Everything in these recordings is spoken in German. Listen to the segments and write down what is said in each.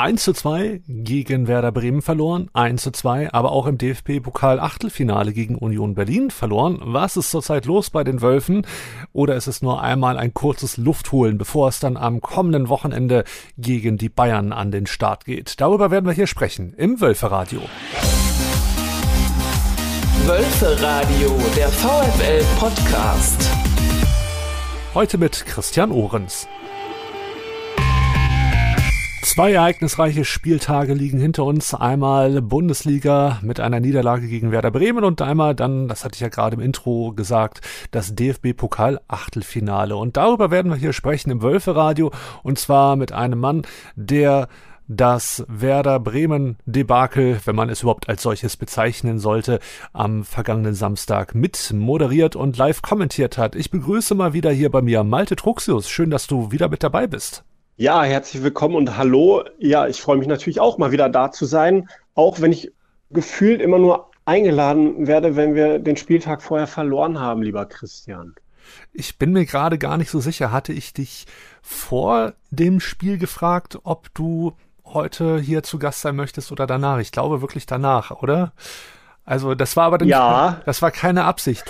1:2 gegen Werder Bremen verloren, 1:2, aber auch im DFB-Pokal-Achtelfinale gegen Union Berlin verloren. Was ist zurzeit los bei den Wölfen? Oder ist es nur einmal ein kurzes Luftholen, bevor es dann am kommenden Wochenende gegen die Bayern an den Start geht? Darüber werden wir hier sprechen im Wölferadio. Wölferadio, der VfL-Podcast. Heute mit Christian Ohrens. 2 ereignisreiche Spieltage liegen hinter uns. Einmal Bundesliga mit einer Niederlage gegen Werder Bremen und einmal dann, das hatte ich ja gerade im Intro gesagt, das DFB-Pokal-Achtelfinale. Und darüber werden wir hier sprechen im Wölferadio, und zwar mit einem Mann, der das Werder-Bremen-Debakel, wenn man es überhaupt als solches bezeichnen sollte, am vergangenen Samstag mit moderiert und live kommentiert hat. Ich begrüße mal wieder hier bei mir Malte Truxius. Schön, dass du wieder mit dabei bist. Ja, herzlich willkommen und hallo. Ja, ich freue mich natürlich auch mal wieder da zu sein, auch wenn ich gefühlt immer nur eingeladen werde, wenn wir den Spieltag vorher verloren haben, lieber Christian. Ich bin mir gerade gar nicht so sicher. Hatte ich dich vor dem Spiel gefragt, ob du heute hier zu Gast sein möchtest oder danach? Ich glaube wirklich danach, oder? Also das war aber dann das war keine Absicht.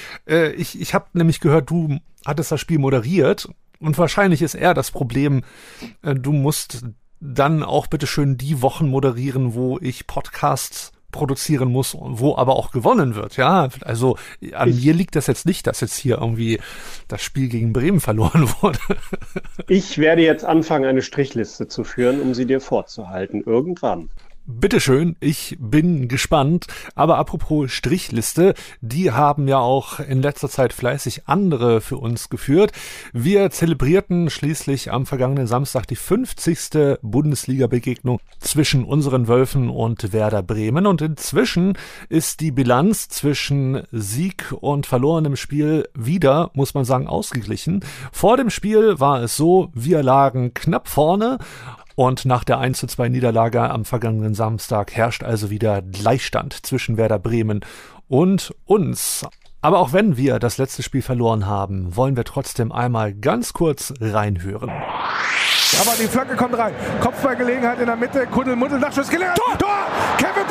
Ich habe nämlich gehört, du hattest das Spiel moderiert. Und wahrscheinlich ist eher das Problem, du musst dann auch bitteschön die Wochen moderieren, wo ich Podcasts produzieren muss, wo aber auch gewonnen wird. Ja, also an mir liegt das jetzt nicht, dass jetzt hier irgendwie das Spiel gegen Bremen verloren wurde. Ich werde jetzt anfangen, eine Strichliste zu führen, um sie dir vorzuhalten. Irgendwann. Bitteschön, ich bin gespannt. Aber apropos Strichliste, die haben ja auch in letzter Zeit fleißig andere für uns geführt. Wir zelebrierten schließlich am vergangenen Samstag die 50. Bundesliga-Begegnung zwischen unseren Wölfen und Werder Bremen. Und inzwischen ist die Bilanz zwischen Sieg und verlorenem Spiel wieder, muss man sagen, ausgeglichen. Vor dem Spiel war es so, wir lagen knapp vorne. Und nach der 1:2 Niederlage am vergangenen Samstag herrscht also wieder Gleichstand zwischen Werder Bremen und uns. Aber auch wenn wir das letzte Spiel verloren haben, wollen wir trotzdem einmal ganz kurz reinhören. Aber die Flanke kommt rein. Kopfballgelegenheit in der Mitte. Kuddelmuddel, Nachschuss, Gelegenheit. Tor! Kevin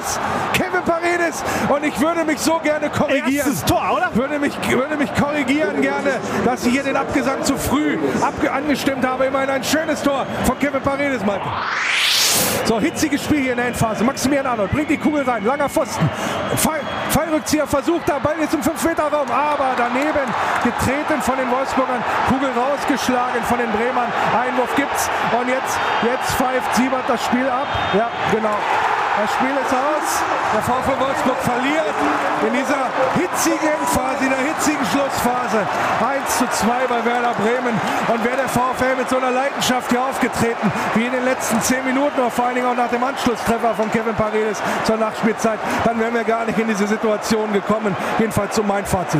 Paredes! Und ich würde mich so gerne korrigieren. Erstes Tor, oder? Würde mich korrigieren gerne, dass ich hier den Abgesang zu früh angestimmt habe. Immerhin ein schönes Tor von Kevin Paredes, Malte. So, hitziges Spiel hier in der Endphase. Maximilian Arnold bringt die Kugel rein. Langer Pfosten. Fallrückzieher versucht, der Ball ist im 5-Meter-Raum. Aber daneben getreten von den Wolfsburgern. Kugel rausgeschlagen von den Bremern. Einwurf gibt's. Und jetzt pfeift Siebert das Spiel ab. Ja, genau. Das Spiel ist aus. Der VfL Wolfsburg verliert in dieser hitzigen Phase, in der hitzigen Schlussphase. 1:2 bei Werder Bremen. Und wäre der VfL mit so einer Leidenschaft hier aufgetreten, wie in den letzten 10 Minuten, oder vor allen Dingen auch nach dem Anschlusstreffer von Kevin Paredes zur Nachspielzeit, dann wären wir gar nicht in diese Situation gekommen. Jedenfalls so mein Fazit.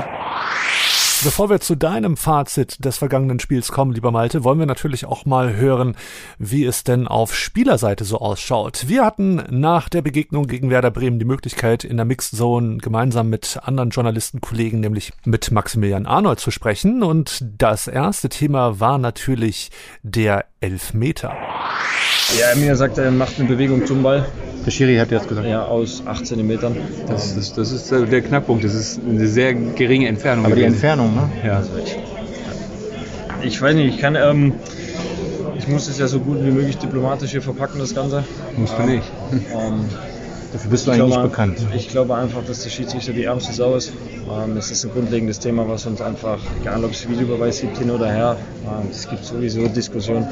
Bevor wir zu deinem Fazit des vergangenen Spiels kommen, lieber Malte, wollen wir natürlich auch mal hören, wie es denn auf Spielerseite so ausschaut. Wir hatten nach der Begegnung gegen Werder Bremen die Möglichkeit, in der Mixed Zone gemeinsam mit anderen Journalistenkollegen, nämlich mit Maximilian Arnold, zu sprechen. Und das erste Thema war natürlich der Elfmeter. Ja, Emir sagt, er macht eine Bewegung zum Ball. Der Schiri hat jetzt gesagt. Ja, aus 8 Zentimetern. Das ist der Knackpunkt. Das ist eine sehr geringe Entfernung. Aber gewesen. Die Entfernung, ne? Ja. Also ich weiß nicht, ich muss es ja so gut wie möglich diplomatisch hier verpacken, das Ganze. Musst du nicht. Dafür bist du eigentlich nicht bekannt. Ich glaube einfach, dass der Schiedsrichter die ärmste Sau ist. Es ist ein grundlegendes Thema, was uns einfach, egal ob es Videobeweis gibt, hin oder her, es gibt sowieso Diskussionen.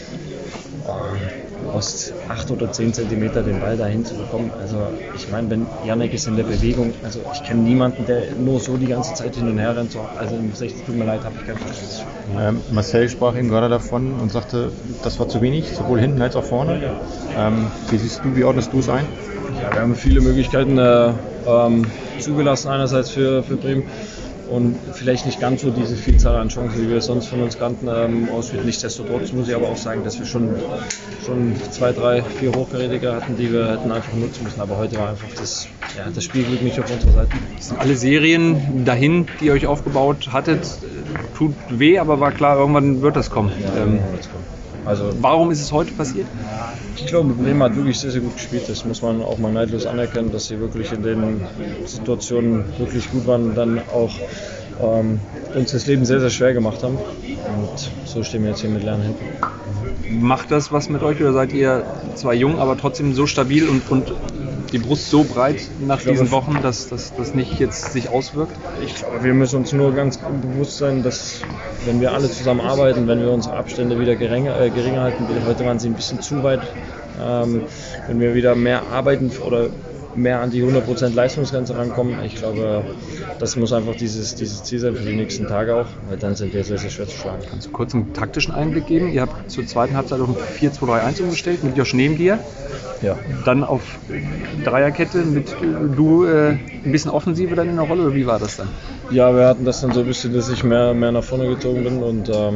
Aus 8 oder 10 Zentimeter den Ball dahin zu bekommen. Also ich meine, wenn Janek ist in der Bewegung, also ich kenne niemanden, der nur so die ganze Zeit hin und her rennt. Also tut mir leid, habe ich kein Verständnis. Marcel sprach eben gerade davon und sagte, das war zu wenig, sowohl hinten als auch vorne. Wie ordnest du es ein? Ja, wir haben viele Möglichkeiten zugelassen, einerseits für Bremen. Und vielleicht nicht ganz so diese Vielzahl an Chancen, wie wir es sonst von uns kannten, ausführen. Nichtsdestotrotz muss ich aber auch sagen, dass wir schon 2, 3, 4 Hochkarätige hatten, die wir hätten einfach nutzen müssen. Aber heute war einfach das Spielglück nicht auf unserer Seite. Das sind alle Serien dahin, die ihr euch aufgebaut hattet. Tut weh, aber war klar, irgendwann wird das kommen. Ja, irgendwann wird es kommen. Also Warum ist es heute passiert? ich glaube, Bremen hat wirklich sehr, sehr gut gespielt. Das muss man auch mal neidlos anerkennen, dass sie wirklich in den Situationen wirklich gut waren und dann auch uns das Leben sehr, sehr schwer gemacht haben. Und so stehen wir jetzt hier mit Lernen hinten. Macht das was mit euch oder seid ihr zwar jung, aber trotzdem so stabil und die Brust so breit nach diesen Wochen, dass das nicht jetzt sich auswirkt? Ich glaube, wir müssen uns nur ganz bewusst sein, dass wenn wir alle zusammen arbeiten, wenn wir unsere Abstände wieder geringer halten, heute waren sie ein bisschen zu weit, wenn wir wieder mehr arbeiten oder mehr an die 100% Leistungsgrenze rankommen. Ich glaube, das muss einfach dieses Ziel sein für die nächsten Tage auch, weil dann sind wir sehr, sehr schwer zu schlagen. Kannst du kurz einen taktischen Einblick geben? Ihr habt zur zweiten Halbzeit auf ein 4-2-3-1 umgestellt mit Josh neben dir. Ja. Dann auf Dreierkette mit du ein bisschen Offensive dann in der Rolle, oder wie war das dann? Ja, wir hatten das dann so ein bisschen, dass ich mehr nach vorne gezogen bin und Ja.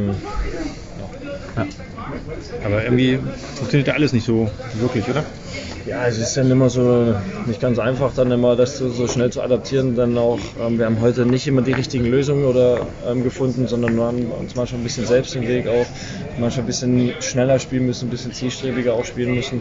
Aber irgendwie funktioniert ja alles nicht so wirklich, oder? ja, es ist dann immer so nicht ganz einfach, dann immer das so schnell zu adaptieren. Dann auch, wir haben heute nicht immer die richtigen Lösungen gefunden, sondern wir haben uns manchmal ein bisschen selbst den Weg auch, manchmal ein bisschen schneller spielen müssen, ein bisschen zielstrebiger auch spielen müssen.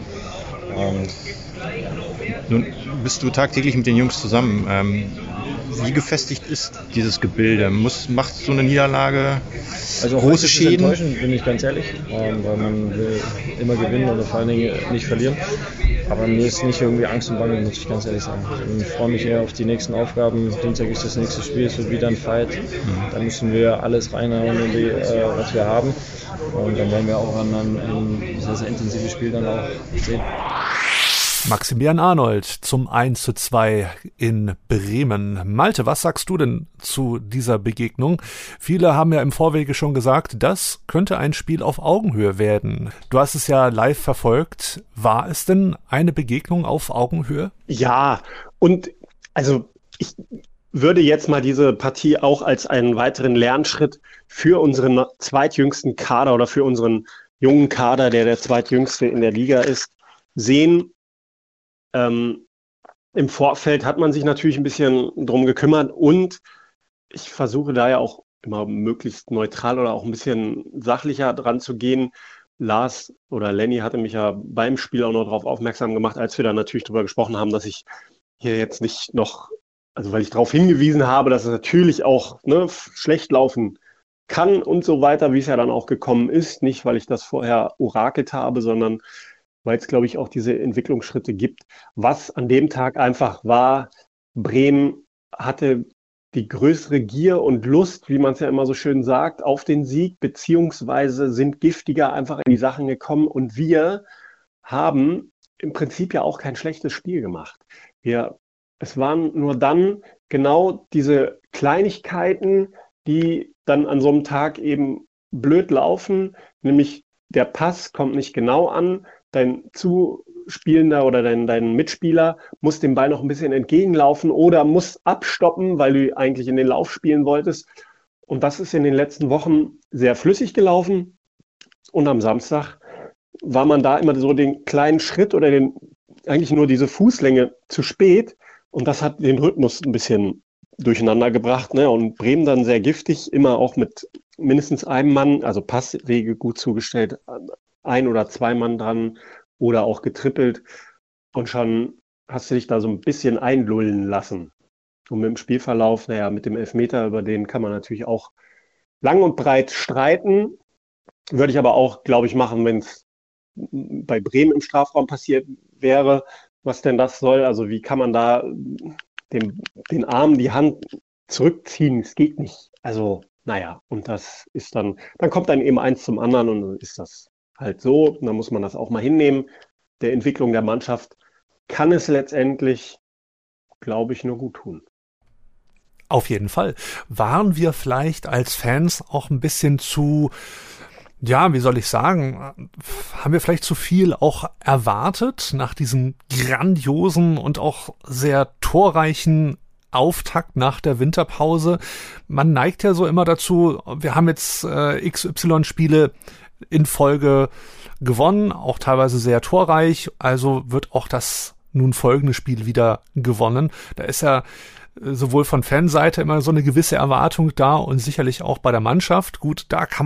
Nun bist du tagtäglich mit den Jungs zusammen. Wie gefestigt ist dieses Gebilde? Macht so eine Niederlage Also große Schäden? Enttäuschend, bin ich ganz ehrlich, weil man will immer gewinnen oder vor allen Dingen nicht verlieren. Aber mir ist nicht irgendwie Angst und Bange, muss ich ganz ehrlich sagen. Ich freue mich eher auf die nächsten Aufgaben. Dienstag ist das nächste Spiel, es wird wieder ein Fight. Da müssen wir alles reinhauen, was wir haben. Und dann werden wir auch ein sehr, sehr intensives Spiel dann auch sehen. Maximilian Arnold zum 1:2 in Bremen. Malte, was sagst du denn zu dieser Begegnung? Viele haben ja im Vorwege schon gesagt, das könnte ein Spiel auf Augenhöhe werden. Du hast es ja live verfolgt. War es denn eine Begegnung auf Augenhöhe? Ja, und also ich würde jetzt mal diese Partie auch als einen weiteren Lernschritt für unseren zweitjüngsten Kader oder für unseren jungen Kader, der zweitjüngste in der Liga ist, sehen. Im Vorfeld hat man sich natürlich ein bisschen drum gekümmert und ich versuche da ja auch immer möglichst neutral oder auch ein bisschen sachlicher dran zu gehen. Lars oder Lenny hatte mich ja beim Spiel auch noch darauf aufmerksam gemacht, als wir dann natürlich darüber gesprochen haben, dass ich hier jetzt nicht noch, also weil ich darauf hingewiesen habe, dass es natürlich auch schlecht laufen kann und so weiter, wie es ja dann auch gekommen ist. Nicht, weil ich das vorher orakelt habe, sondern weil es, glaube ich, auch diese Entwicklungsschritte gibt. Was an dem Tag einfach war, Bremen hatte die größere Gier und Lust, wie man es ja immer so schön sagt, auf den Sieg, beziehungsweise sind giftiger einfach in die Sachen gekommen und wir haben im Prinzip ja auch kein schlechtes Spiel gemacht. Es waren nur dann genau diese Kleinigkeiten, die dann an so einem Tag eben blöd laufen, nämlich der Pass kommt nicht genau an, dein Zuspielender oder dein Mitspieler muss dem Ball noch ein bisschen entgegenlaufen oder muss abstoppen, weil du eigentlich in den Lauf spielen wolltest. Und das ist in den letzten Wochen sehr flüssig gelaufen. Und am Samstag war man da immer so den kleinen Schritt oder eigentlich nur diese Fußlänge zu spät. Und das hat den Rhythmus ein bisschen durcheinander gebracht. Ne? Und Bremen dann sehr giftig, immer auch mit mindestens einem Mann, also Passwege gut zugestellt, 1 oder 2 Mann dran oder auch getrippelt und schon hast du dich da so ein bisschen einlullen lassen. Und mit dem Spielverlauf, mit dem Elfmeter, über den kann man natürlich auch lang und breit streiten. Würde ich aber auch, glaube ich, machen, wenn es bei Bremen im Strafraum passiert wäre, was denn das soll. Also wie kann man da den Arm, die Hand zurückziehen? Es geht nicht. Also, und das ist dann kommt dann eben eins zum anderen und dann ist das halt so, dann muss man das auch mal hinnehmen. Der Entwicklung der Mannschaft kann es letztendlich, glaube ich, nur gut tun. Auf jeden Fall. Waren wir vielleicht als Fans auch ein bisschen zu, wie soll ich sagen, haben wir vielleicht zu viel auch erwartet nach diesem grandiosen und auch sehr torreichen Auftakt nach der Winterpause? Man neigt ja so immer dazu, wir haben jetzt XY-Spiele in Folge gewonnen, auch teilweise sehr torreich, also wird auch das nun folgende Spiel wieder gewonnen. Da ist ja sowohl von Fanseite immer so eine gewisse Erwartung da und sicherlich auch bei der Mannschaft. Gut, da kann man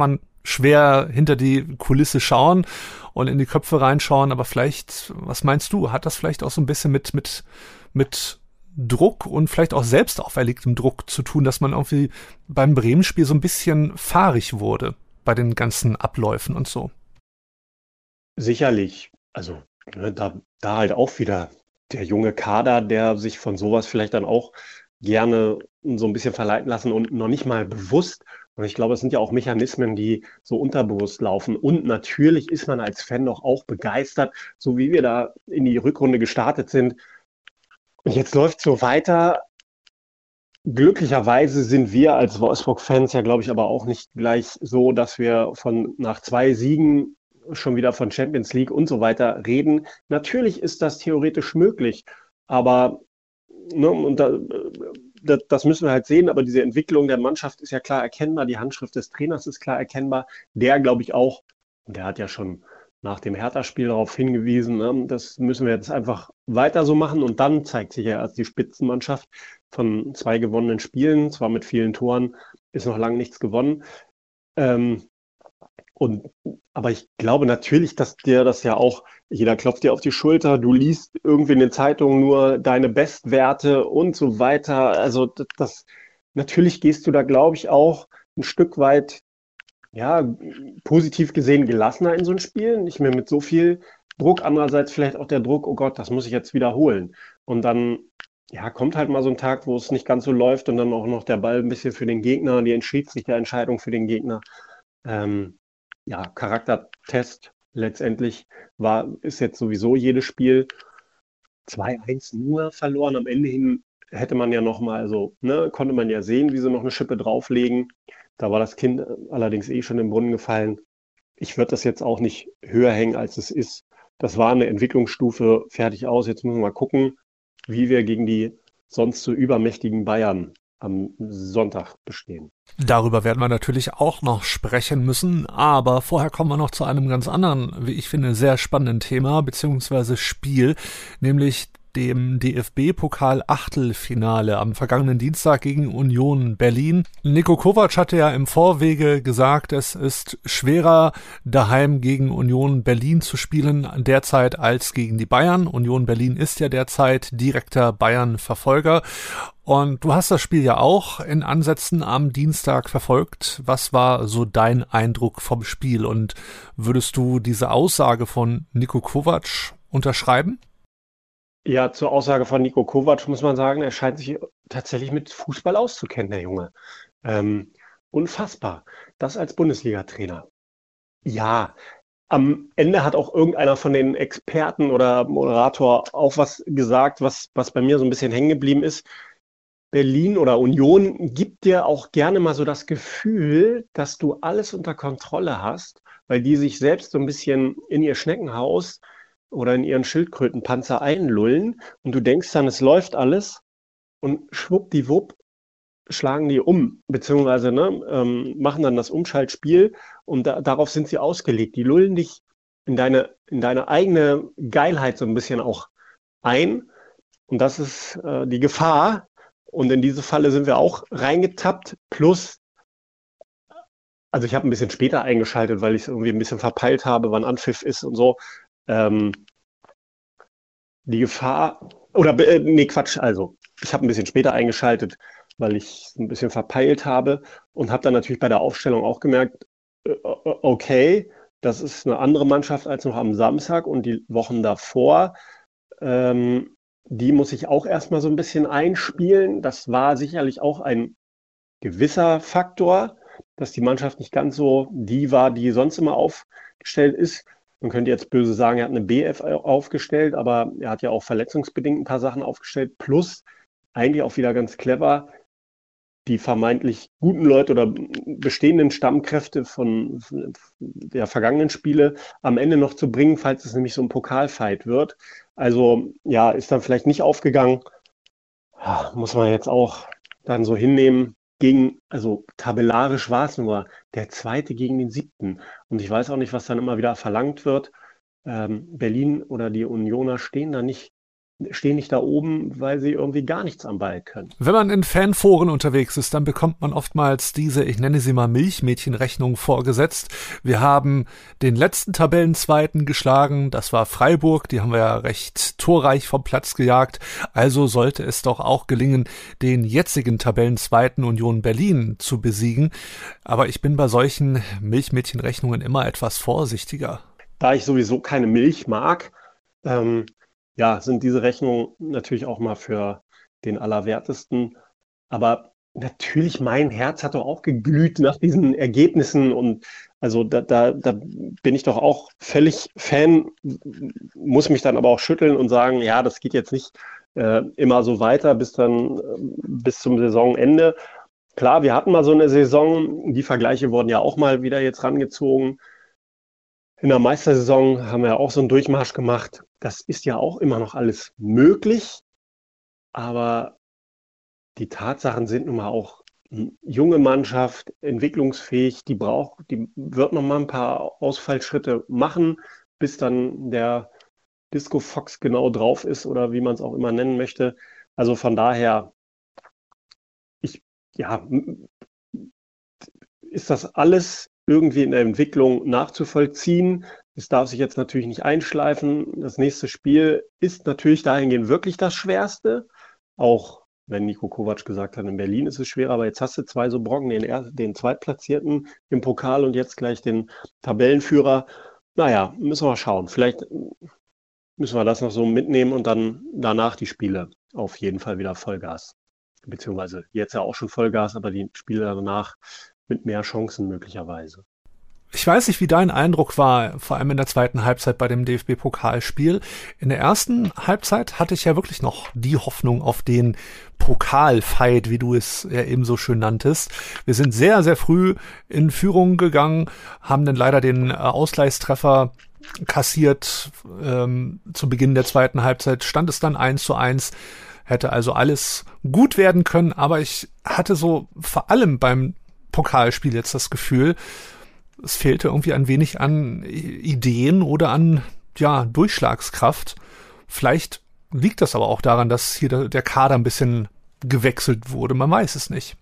schwer hinter die Kulisse schauen und in die Köpfe reinschauen, aber vielleicht, was meinst du, hat das vielleicht auch so ein bisschen mit Druck und vielleicht auch selbst auferlegtem Druck zu tun, dass man irgendwie beim Bremen-Spiel so ein bisschen fahrig wurde bei den ganzen Abläufen und so? Sicherlich. Also ne, da halt auch wieder der junge Kader, der sich von sowas vielleicht dann auch gerne so ein bisschen verleiten lassen und noch nicht mal bewusst. Und ich glaube, es sind ja auch Mechanismen, die so unterbewusst laufen. Und natürlich ist man als Fan doch auch begeistert, so wie wir da in die Rückrunde gestartet sind. Und jetzt läuft es so weiter. Glücklicherweise sind wir als Wolfsburg-Fans ja, glaube ich, aber auch nicht gleich so, dass wir nach 2 Siegen schon wieder von Champions League und so weiter reden. Natürlich ist das theoretisch möglich, aber ne, und das müssen wir halt sehen, aber diese Entwicklung der Mannschaft ist ja klar erkennbar, die Handschrift des Trainers ist klar erkennbar, der glaube ich auch, der hat ja schon nach dem Hertha-Spiel darauf hingewiesen, ne, das müssen wir jetzt einfach weiter so machen und dann zeigt sich ja erst die Spitzenmannschaft von 2 gewonnenen Spielen, zwar mit vielen Toren, ist noch lange nichts gewonnen. Aber ich glaube natürlich, dass dir das ja auch, jeder klopft dir auf die Schulter, du liest irgendwie in den Zeitungen nur deine Bestwerte und so weiter. Also natürlich gehst du da, glaube ich, auch ein Stück weit, ja, positiv gesehen gelassener in so ein Spiel, nicht mehr mit so viel Druck. Andererseits vielleicht auch der Druck, oh Gott, das muss ich jetzt wiederholen. Und dann, ja, kommt halt mal so ein Tag, wo es nicht ganz so läuft und dann auch noch der Ball ein bisschen für den Gegner, die Schiedsrichterentscheidung für den Gegner. Ja, Charaktertest letztendlich ist jetzt sowieso jedes Spiel 2-1 nur verloren. Am Ende hin hätte man ja nochmal, also konnte man ja sehen, wie sie noch eine Schippe drauflegen. Da war das Kind allerdings schon im Brunnen gefallen. Ich würde das jetzt auch nicht höher hängen, als es ist. Das war eine Entwicklungsstufe, fertig aus. Jetzt müssen wir mal gucken, wie wir gegen die sonst so übermächtigen Bayern am Sonntag bestehen. Darüber werden wir natürlich auch noch sprechen müssen, aber vorher kommen wir noch zu einem ganz anderen, wie ich finde, sehr spannenden Thema beziehungsweise Spiel, nämlich dem DFB-Pokal-Achtelfinale am vergangenen Dienstag gegen Union Berlin. Niko Kovac hatte ja im Vorwege gesagt, es ist schwerer, daheim gegen Union Berlin zu spielen derzeit als gegen die Bayern. Union Berlin ist ja derzeit direkter Bayern-Verfolger. Und du hast das Spiel ja auch in Ansätzen am Dienstag verfolgt. Was war so dein Eindruck vom Spiel? Und würdest du diese Aussage von Niko Kovac unterschreiben? Ja, zur Aussage von Niko Kovac muss man sagen, er scheint sich tatsächlich mit Fußball auszukennen, der Junge. Unfassbar. Das als Bundesliga-Trainer. Ja, am Ende hat auch irgendeiner von den Experten oder Moderator auch was gesagt, was bei mir so ein bisschen hängen geblieben ist. Berlin oder Union gibt dir auch gerne mal so das Gefühl, dass du alles unter Kontrolle hast, weil die sich selbst so ein bisschen in ihr Schneckenhaus oder in ihren Schildkrötenpanzer einlullen und du denkst dann, es läuft alles und schwuppdiwupp schlagen die um, beziehungsweise machen dann das Umschaltspiel und darauf sind sie ausgelegt. Die lullen dich in deine eigene Geilheit so ein bisschen auch ein und das ist die Gefahr und in diese Falle sind wir auch reingetappt, plus also ich habe ein bisschen später eingeschaltet, weil ich es irgendwie ein bisschen verpeilt habe, wann Anpfiff ist und so. Die Gefahr, oder nee, Quatsch, also ich habe ein bisschen später eingeschaltet, weil ich es ein bisschen verpeilt habe und habe dann natürlich bei der Aufstellung auch gemerkt, okay, das ist eine andere Mannschaft als noch am Samstag und die Wochen davor, die muss ich auch erstmal so ein bisschen einspielen. Das war sicherlich auch ein gewisser Faktor, dass die Mannschaft nicht ganz so die war, die sonst immer aufgestellt ist. Man könnte jetzt böse sagen, er hat eine BF aufgestellt, aber er hat ja auch verletzungsbedingt ein paar Sachen aufgestellt. Plus, eigentlich auch wieder ganz clever, die vermeintlich guten Leute oder bestehenden Stammkräfte von der vergangenen Spiele am Ende noch zu bringen, falls es nämlich so ein Pokalfight wird. Also ja, ist dann vielleicht nicht aufgegangen. Muss man jetzt auch dann so hinnehmen. Also tabellarisch war es nur der Zweite gegen den Siebten. Und ich weiß auch nicht, was dann immer wieder verlangt wird. Berlin oder die Unioner stehen da nicht stehen nicht da oben, weil sie irgendwie gar nichts am Ball können. Wenn man in Fanforen unterwegs ist, dann bekommt man oftmals diese, ich nenne sie mal Milchmädchenrechnung vorgesetzt. Wir haben den letzten Tabellenzweiten geschlagen, das war Freiburg, die haben wir ja recht torreich vom Platz gejagt. Also sollte es doch auch gelingen, den jetzigen Tabellenzweiten Union Berlin zu besiegen. Aber ich bin bei solchen Milchmädchenrechnungen immer etwas vorsichtiger. Da ich sowieso keine Milch mag, sind diese Rechnungen natürlich auch mal für den Allerwertesten. Aber natürlich, mein Herz hat doch auch geglüht nach diesen Ergebnissen. Und also da bin ich doch auch völlig Fan, muss mich dann aber auch schütteln und sagen, ja, das geht jetzt nicht immer so weiter bis zum Saisonende. Klar, wir hatten mal so eine Saison, die Vergleiche wurden ja auch mal wieder jetzt rangezogen. In der Meistersaison haben wir auch so einen Durchmarsch gemacht. Das ist ja auch immer noch alles möglich, aber die Tatsachen sind nun mal auch eine junge Mannschaft, entwicklungsfähig, die wird noch mal ein paar Ausfallschritte machen, bis dann der Disco Fox genau drauf ist oder wie man es auch immer nennen möchte. Also von daher, ist das alles irgendwie in der Entwicklung nachzuvollziehen. Es darf sich jetzt natürlich nicht einschleifen. Das nächste Spiel ist natürlich dahingehend wirklich das Schwerste. Auch wenn Niko Kovac gesagt hat, in Berlin ist es schwerer, aber jetzt hast du 2 so Brocken, den Zweitplatzierten im Pokal und jetzt gleich den Tabellenführer. Naja, müssen wir mal schauen. Vielleicht müssen wir das noch so mitnehmen und dann danach die Spiele auf jeden Fall wieder Vollgas. Beziehungsweise jetzt ja auch schon Vollgas, aber die Spiele danach mit mehr Chancen möglicherweise. Ich weiß nicht, wie dein Eindruck war, vor allem in der zweiten Halbzeit bei dem DFB-Pokalspiel. In der ersten Halbzeit hatte ich ja wirklich noch die Hoffnung auf den Pokalfight, wie du es ja eben so schön nanntest. Wir sind sehr, sehr früh in Führung gegangen, haben dann leider den Ausgleichstreffer kassiert. Zu Beginn der zweiten Halbzeit stand es dann 1:1. Hätte also alles gut werden können, aber ich hatte so vor allem beim Pokalspiel jetzt das Gefühl, es fehlte irgendwie ein wenig an Ideen oder an Durchschlagskraft. Vielleicht liegt das aber auch daran, dass hier der Kader ein bisschen gewechselt wurde. Man weiß es nicht.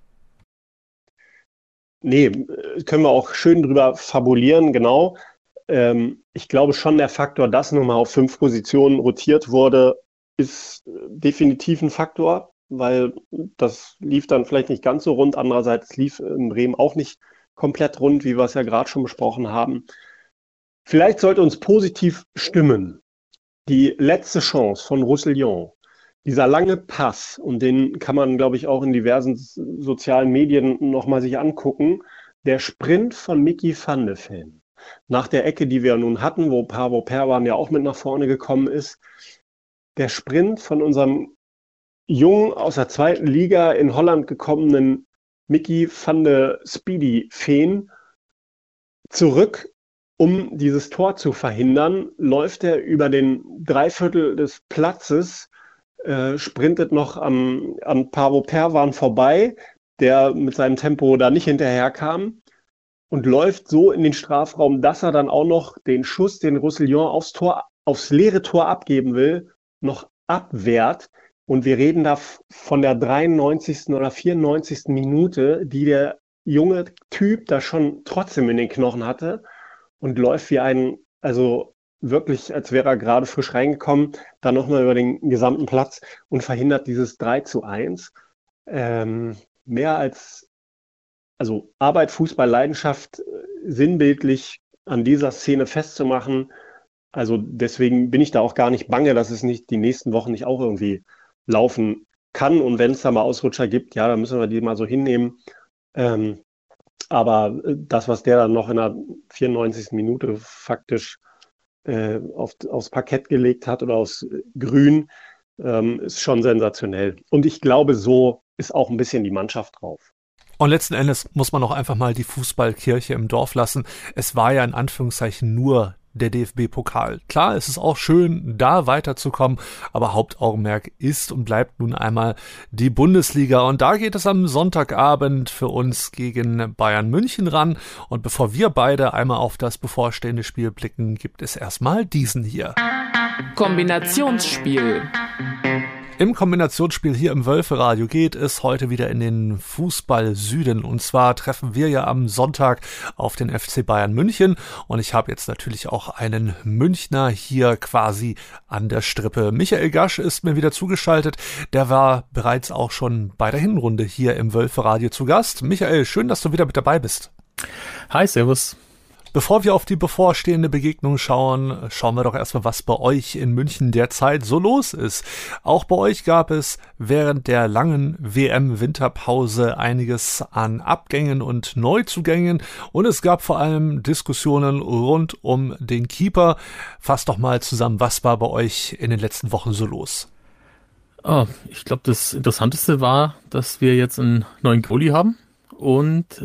Nee, können wir auch schön drüber fabulieren, genau. Ich glaube schon, der Faktor, dass nun mal auf 5 Positionen rotiert wurde, ist definitiv ein Faktor, weil das lief dann vielleicht nicht ganz so rund. Andererseits lief in Bremen auch nicht komplett rund, wie wir es ja gerade schon besprochen haben. Vielleicht sollte uns positiv stimmen. Die letzte Chance von Roussillon, dieser lange Pass, und den kann man, glaube ich, auch in diversen sozialen Medien nochmal sich angucken, der Sprint von Micky van de Ven nach der Ecke, die wir nun hatten, wo Paavo Perwan ja auch mit nach vorne gekommen ist, der Sprint von unserem jungen, aus der 2. Liga in Holland gekommenen Micky van de Speedy Ven zurück, um dieses Tor zu verhindern, läuft er über den 3/4 des Platzes, sprintet noch an Paavo Perwan vorbei, der mit seinem Tempo da nicht hinterherkam, und läuft so in den Strafraum, dass er dann auch noch den Schuss, den Roussillon aufs leere Tor abgeben will, noch abwehrt. Und wir reden da von der 93. oder 94. Minute, die der junge Typ da schon trotzdem in den Knochen hatte und läuft wie also wirklich, als wäre er gerade frisch reingekommen, dann nochmal über den gesamten Platz und verhindert dieses 3:1. Mehr als, also Arbeit, Fußball, Leidenschaft sinnbildlich an dieser Szene festzumachen. Also deswegen bin ich da auch gar nicht bange, dass es nicht die nächsten Wochen nicht auch irgendwie laufen kann. Und wenn es da mal Ausrutscher gibt, ja, dann müssen wir die mal so hinnehmen. Aber das, was der dann noch in der 94. Minute faktisch aufs Parkett gelegt hat oder aufs Grün, ist schon sensationell. Und ich glaube, so ist auch ein bisschen die Mannschaft drauf. Und letzten Endes muss man auch einfach mal die Fußballkirche im Dorf lassen. Es war ja in Anführungszeichen nur der DFB-Pokal. Klar, es ist auch schön, da weiterzukommen, aber Hauptaugenmerk ist und bleibt nun einmal die Bundesliga. Und da geht es am Sonntagabend für uns gegen Bayern München ran. Und bevor wir beide einmal auf das bevorstehende Spiel blicken, gibt es erstmal diesen hier. Kombinationsspiel. Im Kombinationsspiel hier im Wölferadio geht es heute wieder in den Fußball Süden. Und zwar treffen wir ja am Sonntag auf den FC Bayern München. Und ich habe jetzt natürlich auch einen Münchner hier quasi an der Strippe. Michael Gasch ist mir wieder zugeschaltet. Der war bereits auch schon bei der Hinrunde hier im Wölferadio zu Gast. Michael, schön, dass du wieder mit dabei bist. Hi, servus. Bevor wir auf die bevorstehende Begegnung schauen, schauen wir doch erstmal, was bei euch in München derzeit so los ist. Auch bei euch gab es während der langen WM-Winterpause einiges an Abgängen und Neuzugängen und es gab vor allem Diskussionen rund um den Keeper. Fasst doch mal zusammen, was war bei euch in den letzten Wochen so los? Ich glaube, das Interessanteste war, dass wir jetzt einen neuen Goalie haben und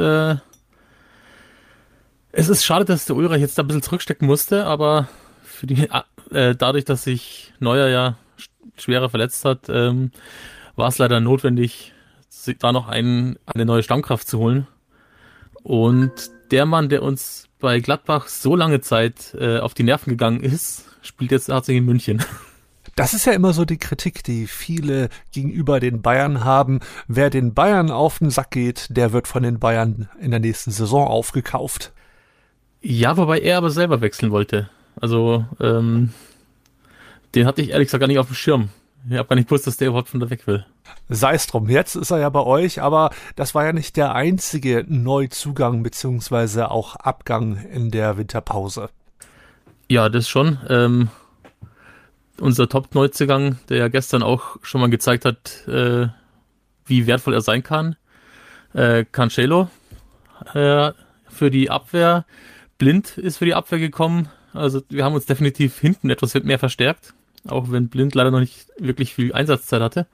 es ist schade, dass der Ulreich jetzt da ein bisschen zurückstecken musste, aber dadurch, dass sich Neuer ja schwerer verletzt hat, war es leider notwendig, da noch eine neue Stammkraft zu holen. Und der Mann, der uns bei Gladbach so lange Zeit auf die Nerven gegangen ist, spielt jetzt tatsächlich in München. Das ist ja immer so die Kritik, die viele gegenüber den Bayern haben. Wer den Bayern auf den Sack geht, der wird von den Bayern in der nächsten Saison aufgekauft. Ja, wobei er aber selber wechseln wollte. Also, den hatte ich ehrlich gesagt gar nicht auf dem Schirm. Ich habe gar nicht gewusst, dass der überhaupt von da weg will. Sei es drum, jetzt ist er ja bei euch, aber das war ja nicht der einzige Neuzugang bzw. auch Abgang in der Winterpause. Ja, das schon. Unser Top-Neuzugang, der ja gestern auch schon mal gezeigt hat, wie wertvoll er sein kann. Cancelo für die Abwehr. Blind ist für die Abwehr gekommen. Also wir haben uns definitiv hinten etwas mehr verstärkt, auch wenn Blind leider noch nicht wirklich viel Einsatzzeit hatte.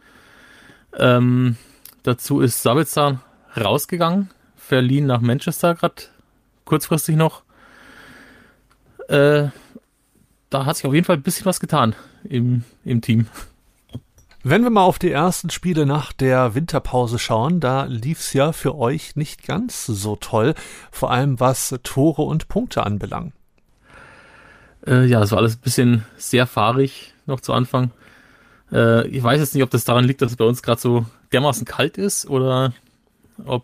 Dazu ist Sabitzer rausgegangen, verliehen nach Manchester gerade kurzfristig noch. Da hat sich auf jeden Fall ein bisschen was getan im Team. Wenn wir mal auf die ersten Spiele nach der Winterpause schauen, da lief's ja für euch nicht ganz so toll, vor allem was Tore und Punkte anbelangt. Ja, es war alles ein bisschen sehr fahrig noch zu Anfang. Ich weiß jetzt nicht, ob das daran liegt, dass es bei uns gerade so dermaßen kalt ist oder ob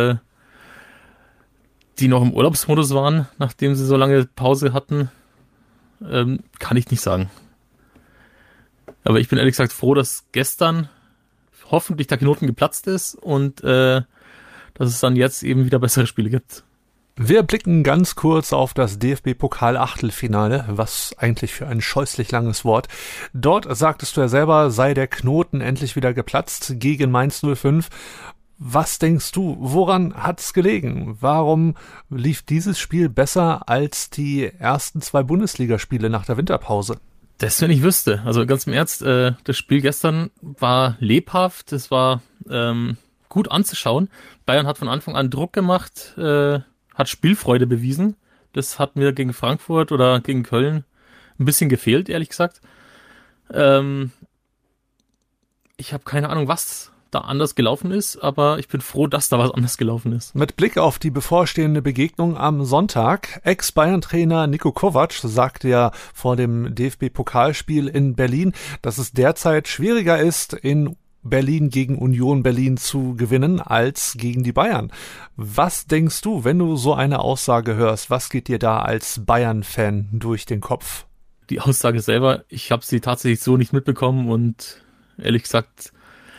die noch im Urlaubsmodus waren, nachdem sie so lange Pause hatten. Kann ich nicht sagen. Aber ich bin ehrlich gesagt froh, dass gestern hoffentlich der Knoten geplatzt ist und dass es dann jetzt eben wieder bessere Spiele gibt. Wir blicken ganz kurz auf das DFB-Pokal-Achtelfinale, was eigentlich für ein scheußlich langes Wort. Dort sagtest du ja selber, sei der Knoten endlich wieder geplatzt gegen Mainz 05. Was denkst du, woran hat's gelegen? Warum lief dieses Spiel besser als die ersten 2 Bundesligaspiele nach der Winterpause? Das, wenn ich wüsste. Also ganz im Ernst, das Spiel gestern war lebhaft, es war gut anzuschauen. Bayern hat von Anfang an Druck gemacht, hat Spielfreude bewiesen. Das hat mir gegen Frankfurt oder gegen Köln ein bisschen gefehlt, ehrlich gesagt. Ich habe keine Ahnung, was da anders gelaufen ist, aber ich bin froh, dass da was anders gelaufen ist. Mit Blick auf die bevorstehende Begegnung am Sonntag, Ex-Bayern-Trainer Niko Kovac sagte ja vor dem DFB-Pokalspiel in Berlin, dass es derzeit schwieriger ist, in Berlin gegen Union Berlin zu gewinnen als gegen die Bayern. Was denkst du, wenn du so eine Aussage hörst? Was geht dir da als Bayern-Fan durch den Kopf? Die Aussage selber, ich habe sie tatsächlich so nicht mitbekommen und ehrlich gesagt,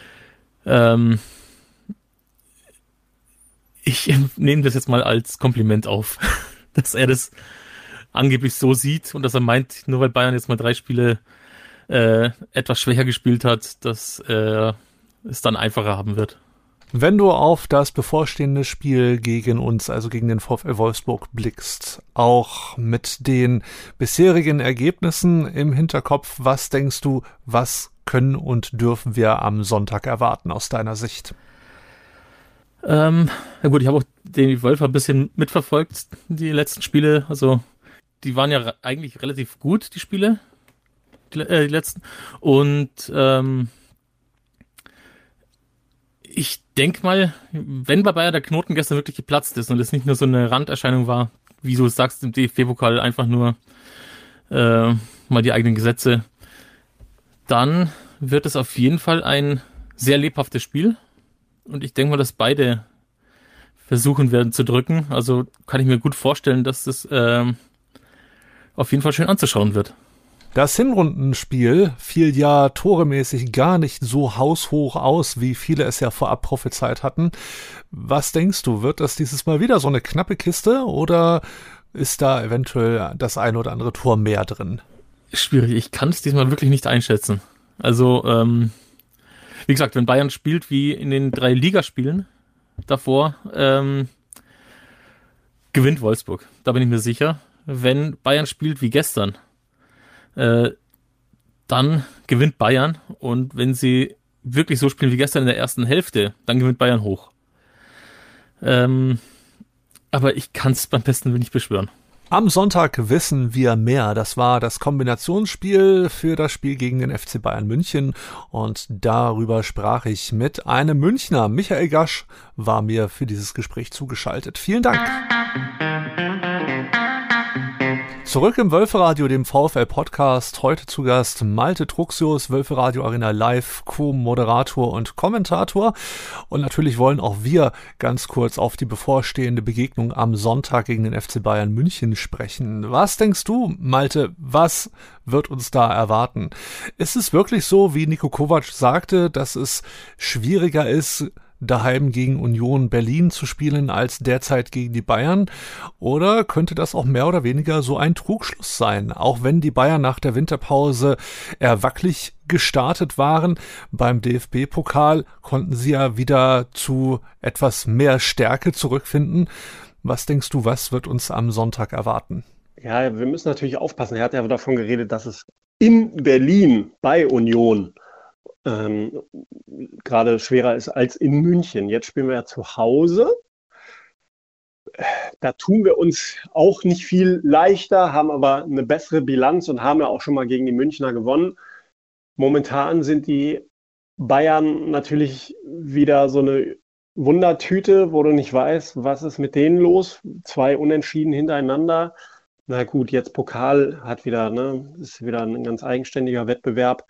ich nehme das jetzt mal als Kompliment auf, dass er das angeblich so sieht und dass er meint, nur weil Bayern jetzt mal 3 Spiele etwas schwächer gespielt hat, dass es dann einfacher haben wird. Wenn du auf das bevorstehende Spiel gegen uns, also gegen den VfL Wolfsburg, blickst, auch mit den bisherigen Ergebnissen im Hinterkopf, was denkst du, was können und dürfen wir am Sonntag erwarten aus deiner Sicht? Ja gut, ich habe auch den Wolf ein bisschen mitverfolgt, die letzten Spiele. Also die waren ja eigentlich relativ gut, die Spiele, die letzten. Und ich denke mal, wenn bei Bayern der Knoten gestern wirklich geplatzt ist und es nicht nur so eine Randerscheinung war, wie du sagst, im DFB-Pokal einfach nur mal die eigenen Gesetze, dann wird es auf jeden Fall ein sehr lebhaftes Spiel. Und ich denke mal, dass beide versuchen werden zu drücken. Also kann ich mir gut vorstellen, dass das auf jeden Fall schön anzuschauen wird. Das Hinrundenspiel fiel ja toremäßig gar nicht so haushoch aus, wie viele es ja vorab prophezeit hatten. Was denkst du, wird das dieses Mal wieder so eine knappe Kiste oder ist da eventuell das ein oder andere Tor mehr drin? Schwierig, ich kann es diesmal wirklich nicht einschätzen. Also, wie gesagt, wenn Bayern spielt wie in den 3 Ligaspielen davor, gewinnt Wolfsburg. Da bin ich mir sicher. Wenn Bayern spielt wie gestern, dann gewinnt Bayern. Und wenn sie wirklich so spielen wie gestern in der ersten Hälfte, dann gewinnt Bayern hoch. Aber ich kann es beim besten Willen nicht beschwören. Am Sonntag wissen wir mehr. Das war das Kombinationsspiel für das Spiel gegen den FC Bayern München. Und darüber sprach ich mit einem Münchner. Michael Gasch war mir für dieses Gespräch zugeschaltet. Vielen Dank. Zurück im Wölferadio, dem VfL-Podcast. Heute zu Gast Malte Truxius, Wölferadio Arena Live, Co-Moderator und Kommentator. Und natürlich wollen auch wir ganz kurz auf die bevorstehende Begegnung am Sonntag gegen den FC Bayern München sprechen. Was denkst du, Malte, was wird uns da erwarten? Ist es wirklich so, wie Niko Kovac sagte, dass es schwieriger ist, daheim gegen Union Berlin zu spielen als derzeit gegen die Bayern? Oder könnte das auch mehr oder weniger so ein Trugschluss sein? Auch wenn die Bayern nach der Winterpause eher wackelig gestartet waren, beim DFB-Pokal konnten sie ja wieder zu etwas mehr Stärke zurückfinden. Was denkst du, was wird uns am Sonntag erwarten? Ja, wir müssen natürlich aufpassen. Er hat ja davon geredet, dass es in Berlin bei Union gerade schwerer ist als in München. Jetzt spielen wir ja zu Hause. Da tun wir uns auch nicht viel leichter, haben aber eine bessere Bilanz und haben ja auch schon mal gegen die Münchner gewonnen. Momentan sind die Bayern natürlich wieder so eine Wundertüte, wo du nicht weißt, was ist mit denen los. 2 Unentschieden hintereinander. Na gut, jetzt Pokal hat wieder, ist wieder ein ganz eigenständiger Wettbewerb.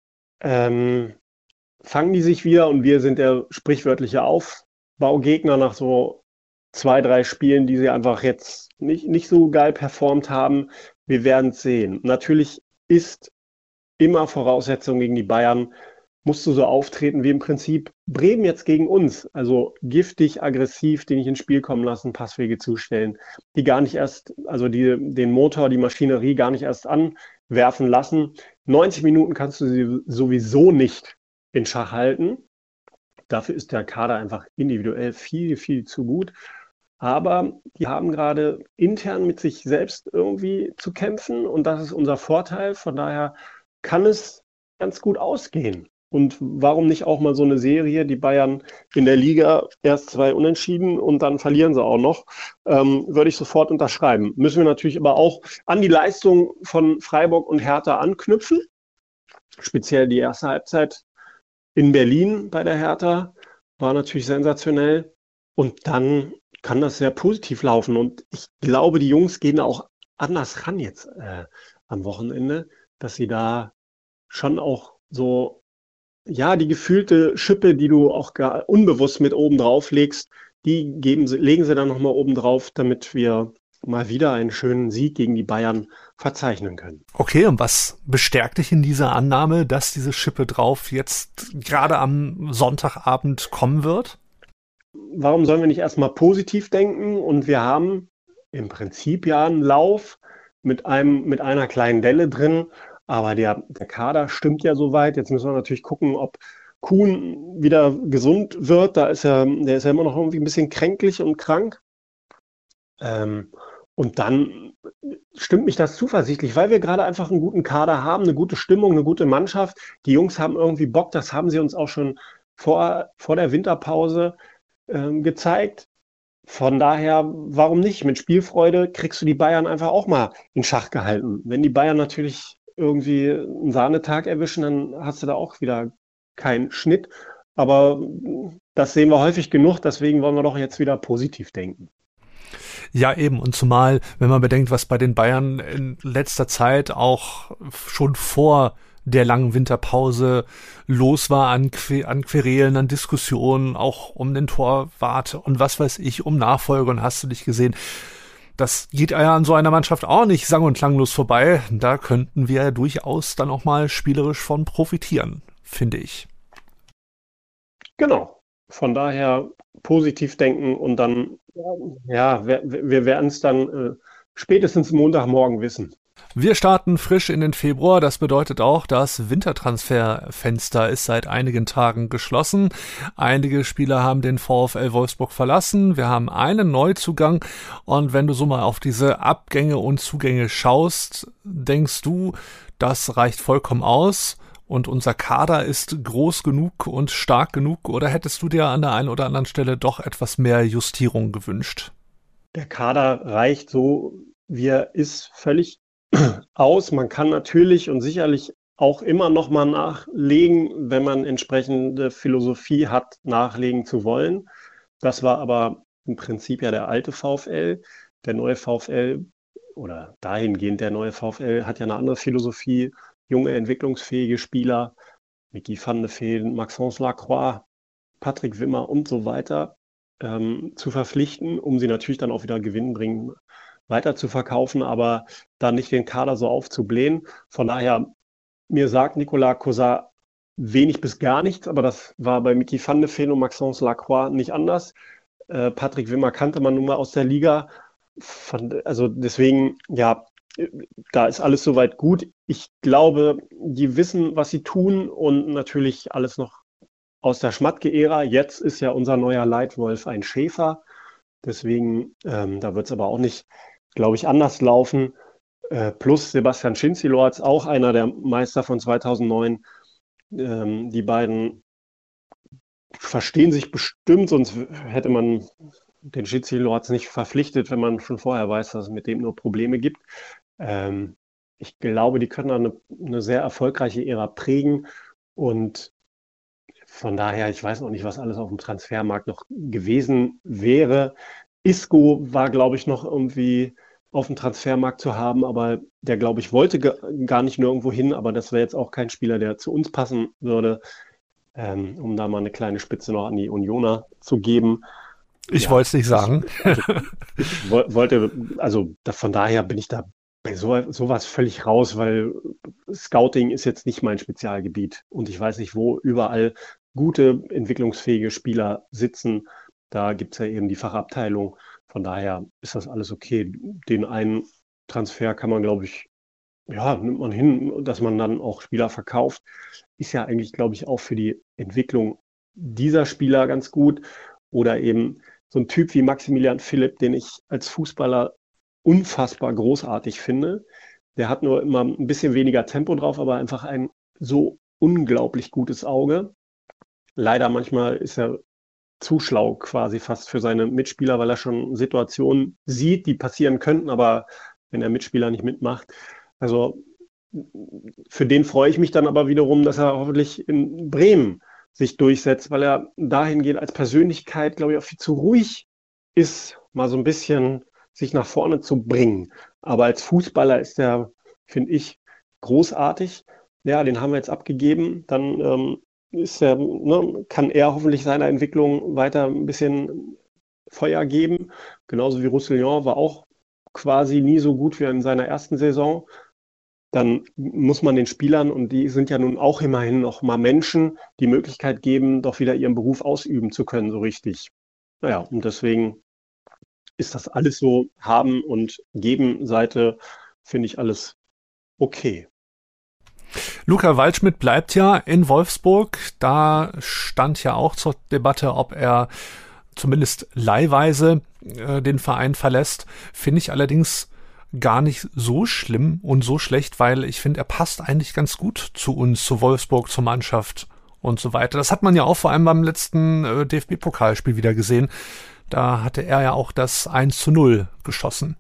Fangen die sich wieder und wir sind der sprichwörtliche Aufbaugegner nach so 2, 3 Spielen, die sie einfach jetzt nicht so geil performt haben. Wir werden es sehen. Natürlich ist immer Voraussetzung gegen die Bayern, musst du so auftreten wie im Prinzip Bremen jetzt gegen uns. Also giftig, aggressiv, die nicht ins Spiel kommen lassen, Passwege zustellen, die gar nicht erst, also den Motor, die Maschinerie gar nicht erst anwerfen lassen. 90 Minuten kannst du sie sowieso nicht in Schach halten. Dafür ist der Kader einfach individuell viel, viel zu gut. Aber die haben gerade intern mit sich selbst irgendwie zu kämpfen und das ist unser Vorteil. Von daher kann es ganz gut ausgehen. Und warum nicht auch mal so eine Serie, die Bayern in der Liga erst 2 Unentschieden und dann verlieren sie auch noch, würde ich sofort unterschreiben. Müssen wir natürlich aber auch an die Leistung von Freiburg und Hertha anknüpfen. Speziell die erste Halbzeit in Berlin bei der Hertha war natürlich sensationell. Und dann kann das sehr positiv laufen. Und ich glaube, die Jungs gehen auch anders ran jetzt am Wochenende, dass sie da schon auch so, ja, die gefühlte Schippe, die du auch gar unbewusst mit oben drauf legst, die legen sie dann nochmal oben drauf, damit wir mal wieder einen schönen Sieg gegen die Bayern verzeichnen können. Okay, und was bestärkt dich in dieser Annahme, dass diese Schippe drauf jetzt gerade am Sonntagabend kommen wird? Warum sollen wir nicht erstmal positiv denken? Und wir haben im Prinzip ja einen Lauf mit einer kleinen Delle drin. Aber der Kader stimmt ja soweit. Jetzt müssen wir natürlich gucken, ob Kuhn wieder gesund wird. Der ist ja immer noch irgendwie ein bisschen kränklich und krank. Und dann stimmt mich das zuversichtlich, weil wir gerade einfach einen guten Kader haben, eine gute Stimmung, eine gute Mannschaft. Die Jungs haben irgendwie Bock. Das haben sie uns auch schon vor der Winterpause gezeigt. Von daher, warum nicht? Mit Spielfreude kriegst du die Bayern einfach auch mal in Schach gehalten. Wenn die Bayern natürlich irgendwie einen Sahnetag erwischen, dann hast du da auch wieder keinen Schnitt. Aber das sehen wir häufig genug, deswegen wollen wir doch jetzt wieder positiv denken. Ja, eben. Und zumal, wenn man bedenkt, was bei den Bayern in letzter Zeit auch schon vor der langen Winterpause los war an Querelen, an Diskussionen, auch um den Torwart und was weiß ich, um Nachfolge und hast du dich gesehen. Das geht ja an so einer Mannschaft auch nicht sang- und klanglos vorbei. Da könnten wir ja durchaus dann auch mal spielerisch von profitieren, finde ich. Genau. Von daher positiv denken und dann, ja, wir werden es dann spätestens Montagmorgen wissen. Wir starten frisch in den Februar. Das bedeutet auch, das Wintertransferfenster ist seit einigen Tagen geschlossen. Einige Spieler haben den VfL Wolfsburg verlassen. Wir haben einen Neuzugang. Und wenn du so mal auf diese Abgänge und Zugänge schaust, denkst du, das reicht vollkommen aus und unser Kader ist groß genug und stark genug? Oder hättest du dir an der einen oder anderen Stelle doch etwas mehr Justierung gewünscht? Der Kader reicht so, wie er ist, völlig aus. Man kann natürlich und sicherlich auch immer noch mal nachlegen, wenn man entsprechende Philosophie hat, nachlegen zu wollen. Das war aber im Prinzip ja der alte VfL. Der neue VfL oder dahingehend der neue VfL hat ja eine andere Philosophie. Junge, entwicklungsfähige Spieler, Micky van de Ven, Maxence Lacroix, Patrick Wimmer und so weiter zu verpflichten, um sie natürlich dann auch wieder gewinnbringend weiter zu verkaufen, aber dann nicht den Kader so aufzublähen. Von daher, mir sagt Nicolas Causat wenig bis gar nichts, aber das war bei Micky van de Ven und Maxence Lacroix nicht anders. Patrick Wimmer kannte man nun mal aus der Liga. Also deswegen, ja, da ist alles soweit gut. Ich glaube, die wissen, was sie tun und natürlich alles noch aus der Schmatke-Ära. Jetzt ist ja unser neuer Leitwolf ein Schäfer. Deswegen, da wird es aber auch nicht, glaube ich, anders laufen. Plus Sebastian Schinzilorz, auch einer der Meister von 2009. Die beiden verstehen sich bestimmt, sonst hätte man den Schinzilorz nicht verpflichtet, wenn man schon vorher weiß, dass es mit dem nur Probleme gibt. Ich glaube, die können eine sehr erfolgreiche Ära prägen und von daher, ich weiß noch nicht, was alles auf dem Transfermarkt noch gewesen wäre. Isco war, glaube ich, noch irgendwie auf dem Transfermarkt zu haben, aber der, glaube ich, wollte gar nicht nirgendwo hin, aber das wäre jetzt auch kein Spieler, der zu uns passen würde, um da mal eine kleine Spitze noch an die Unioner zu geben. Ich wollte es nicht sagen. Ich wollte, also von daher bin ich da bei sowas völlig raus, weil Scouting ist jetzt nicht mein Spezialgebiet und ich weiß nicht, wo überall gute, entwicklungsfähige Spieler sitzen. Da gibt es ja eben die Fachabteilung. Von daher ist das alles okay. Den einen Transfer kann man, glaube ich, ja, nimmt man hin, dass man dann auch Spieler verkauft. Ist ja eigentlich, glaube ich, auch für die Entwicklung dieser Spieler ganz gut. Oder eben so ein Typ wie Maximilian Philipp, den ich als Fußballer unfassbar großartig finde. Der hat nur immer ein bisschen weniger Tempo drauf, aber einfach ein so unglaublich gutes Auge. Leider manchmal ist er zu schlau quasi fast für seine Mitspieler, weil er schon Situationen sieht, die passieren könnten, aber wenn der Mitspieler nicht mitmacht. Also für den freue ich mich dann aber wiederum, dass er hoffentlich in Bremen sich durchsetzt, weil er dahingehend als Persönlichkeit, glaube ich, auch viel zu ruhig ist, mal so ein bisschen sich nach vorne zu bringen. Aber als Fußballer ist er, finde ich, großartig. Ja, den haben wir jetzt abgegeben. Dann kann er hoffentlich seiner Entwicklung weiter ein bisschen Feuer geben. Genauso wie Roussillon war auch quasi nie so gut wie in seiner ersten Saison. Dann muss man den Spielern, und die sind ja nun auch immerhin noch mal Menschen, die Möglichkeit geben, doch wieder ihren Beruf ausüben zu können, so richtig. Naja, und deswegen ist das alles so Haben- und Geben-Seite, finde ich alles okay. Luca Waldschmidt bleibt ja in Wolfsburg. Da stand ja auch zur Debatte, ob er zumindest leihweise den Verein verlässt. Finde ich allerdings gar nicht so schlimm und so schlecht, weil ich finde, er passt eigentlich ganz gut zu uns, zu Wolfsburg, zur Mannschaft und so weiter. Das hat man ja auch vor allem beim letzten DFB-Pokalspiel wieder gesehen. Da hatte er ja auch das 1:0 geschossen.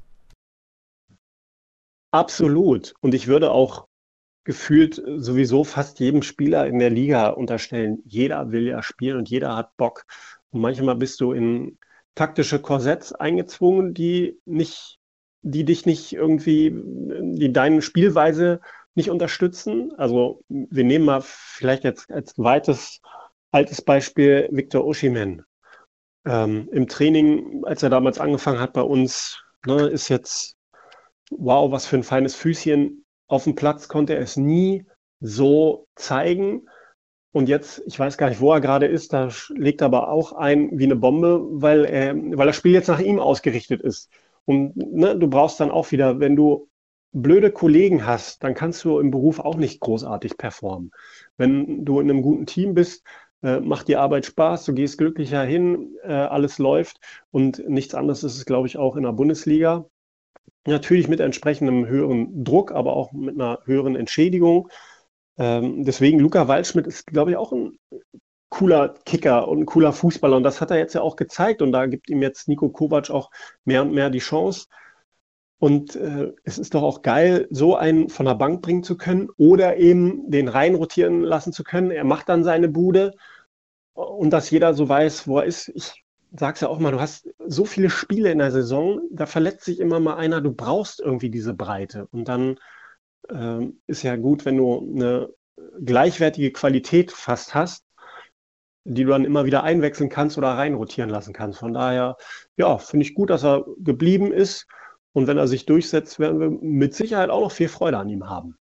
Absolut. Und ich würde auch gefühlt sowieso fast jedem Spieler in der Liga unterstellen, jeder will ja spielen und jeder hat Bock. Und manchmal bist du in taktische Korsetts eingezwungen, die deine Spielweise nicht unterstützen. Also wir nehmen mal vielleicht jetzt als altes Beispiel Victor Osimhen. Im Training, als er damals angefangen hat bei uns, ne, ist jetzt, wow, was für ein feines Füßchen. Auf dem Platz konnte er es nie so zeigen. Und jetzt, ich weiß gar nicht, wo er gerade ist, da legt er aber auch ein wie eine Bombe, weil das Spiel jetzt nach ihm ausgerichtet ist. Und ne, du brauchst dann auch wieder, wenn du blöde Kollegen hast, dann kannst du im Beruf auch nicht großartig performen. Wenn du in einem guten Team bist, macht die Arbeit Spaß, du gehst glücklicher hin, alles läuft und nichts anderes ist es, glaube ich, auch in der Bundesliga. Natürlich mit entsprechendem höheren Druck, aber auch mit einer höheren Entschädigung. Deswegen Luca Waldschmidt ist, glaube ich, auch ein cooler Kicker und ein cooler Fußballer und das hat er jetzt ja auch gezeigt und da gibt ihm jetzt Niko Kovac auch mehr und mehr die Chance. Und es ist doch auch geil, so einen von der Bank bringen zu können oder eben den rein rotieren lassen zu können. Er macht dann seine Bude und dass jeder so weiß, wo er ist. Ich sage es ja auch mal, du hast so viele Spiele in der Saison, da verletzt sich immer mal einer, du brauchst irgendwie diese Breite. Und dann ist ja gut, wenn du eine gleichwertige Qualität fast hast, die du dann immer wieder einwechseln kannst oder rein rotieren lassen kannst. Von daher, ja, finde ich gut, dass er geblieben ist. Und wenn er sich durchsetzt, werden wir mit Sicherheit auch noch viel Freude an ihm haben.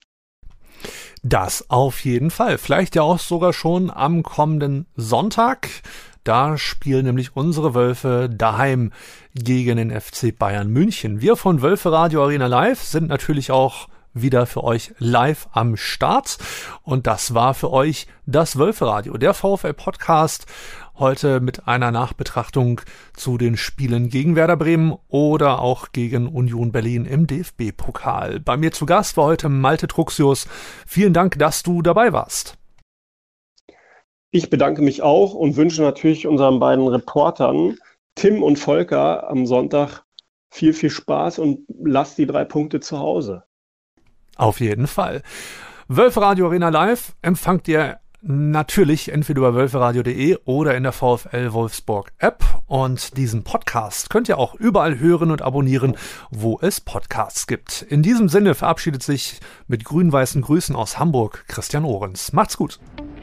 Das auf jeden Fall. Vielleicht ja auch sogar schon am kommenden Sonntag. Da spielen nämlich unsere Wölfe daheim gegen den FC Bayern München. Wir von Wölfe Radio Arena Live sind natürlich auch wieder für euch live am Start. Und das war für euch das Wölfe-Radio, der VfL-Podcast. Heute mit einer Nachbetrachtung zu den Spielen gegen Werder Bremen oder auch gegen Union Berlin im DFB-Pokal. Bei mir zu Gast war heute Malte Truxius. Vielen Dank, dass du dabei warst. Ich bedanke mich auch und wünsche natürlich unseren beiden Reportern, Tim und Volker, am Sonntag viel, viel Spaß und lasst die 3 Punkte zu Hause. Auf jeden Fall. Wölfe Radio Arena Live empfangt ihr natürlich entweder über wölferadio.de oder in der VfL Wolfsburg App. Und diesen Podcast könnt ihr auch überall hören und abonnieren, wo es Podcasts gibt. In diesem Sinne verabschiedet sich mit grün-weißen Grüßen aus Hamburg Christian Ohrens. Macht's gut.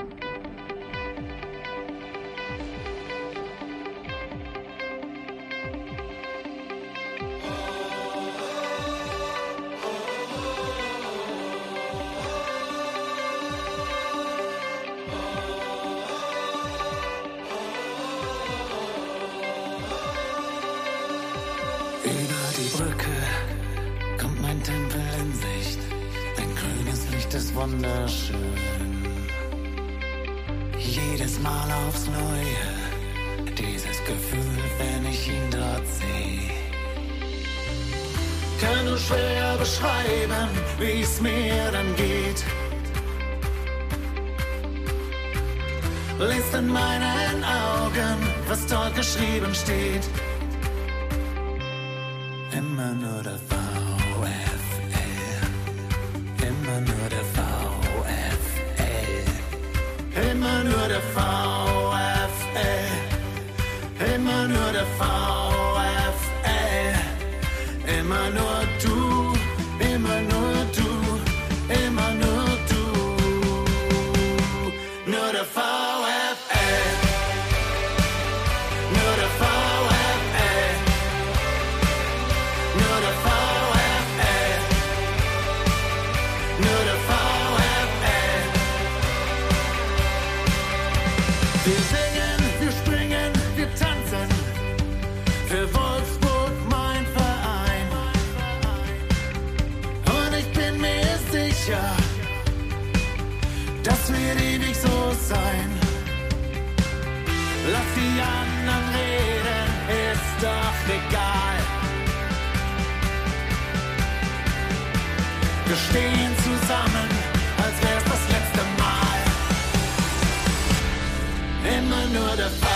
Wunderschön. Jedes Mal aufs Neue, dieses Gefühl, wenn ich ihn dort sehe. Kann nur schwer beschreiben, wie es mir dann geht. Lest in meinen Augen, was dort geschrieben steht. Immer nur der VfL, immer nur der VfL. Immer nur der VfL, immer nur der VfL, immer nur du, immer nur du, immer nur du, nur der VfL, nur der VfL, nur der VfL, nur der VfL. Wir singen, wir springen, wir tanzen, für Wolfsburg mein Verein. Und ich bin mir sicher, das wird ewig so sein. Lass die anderen reden, ist doch egal. Wir stehen zusammen, als wär's das letzte Mal. Immer nur der Fall.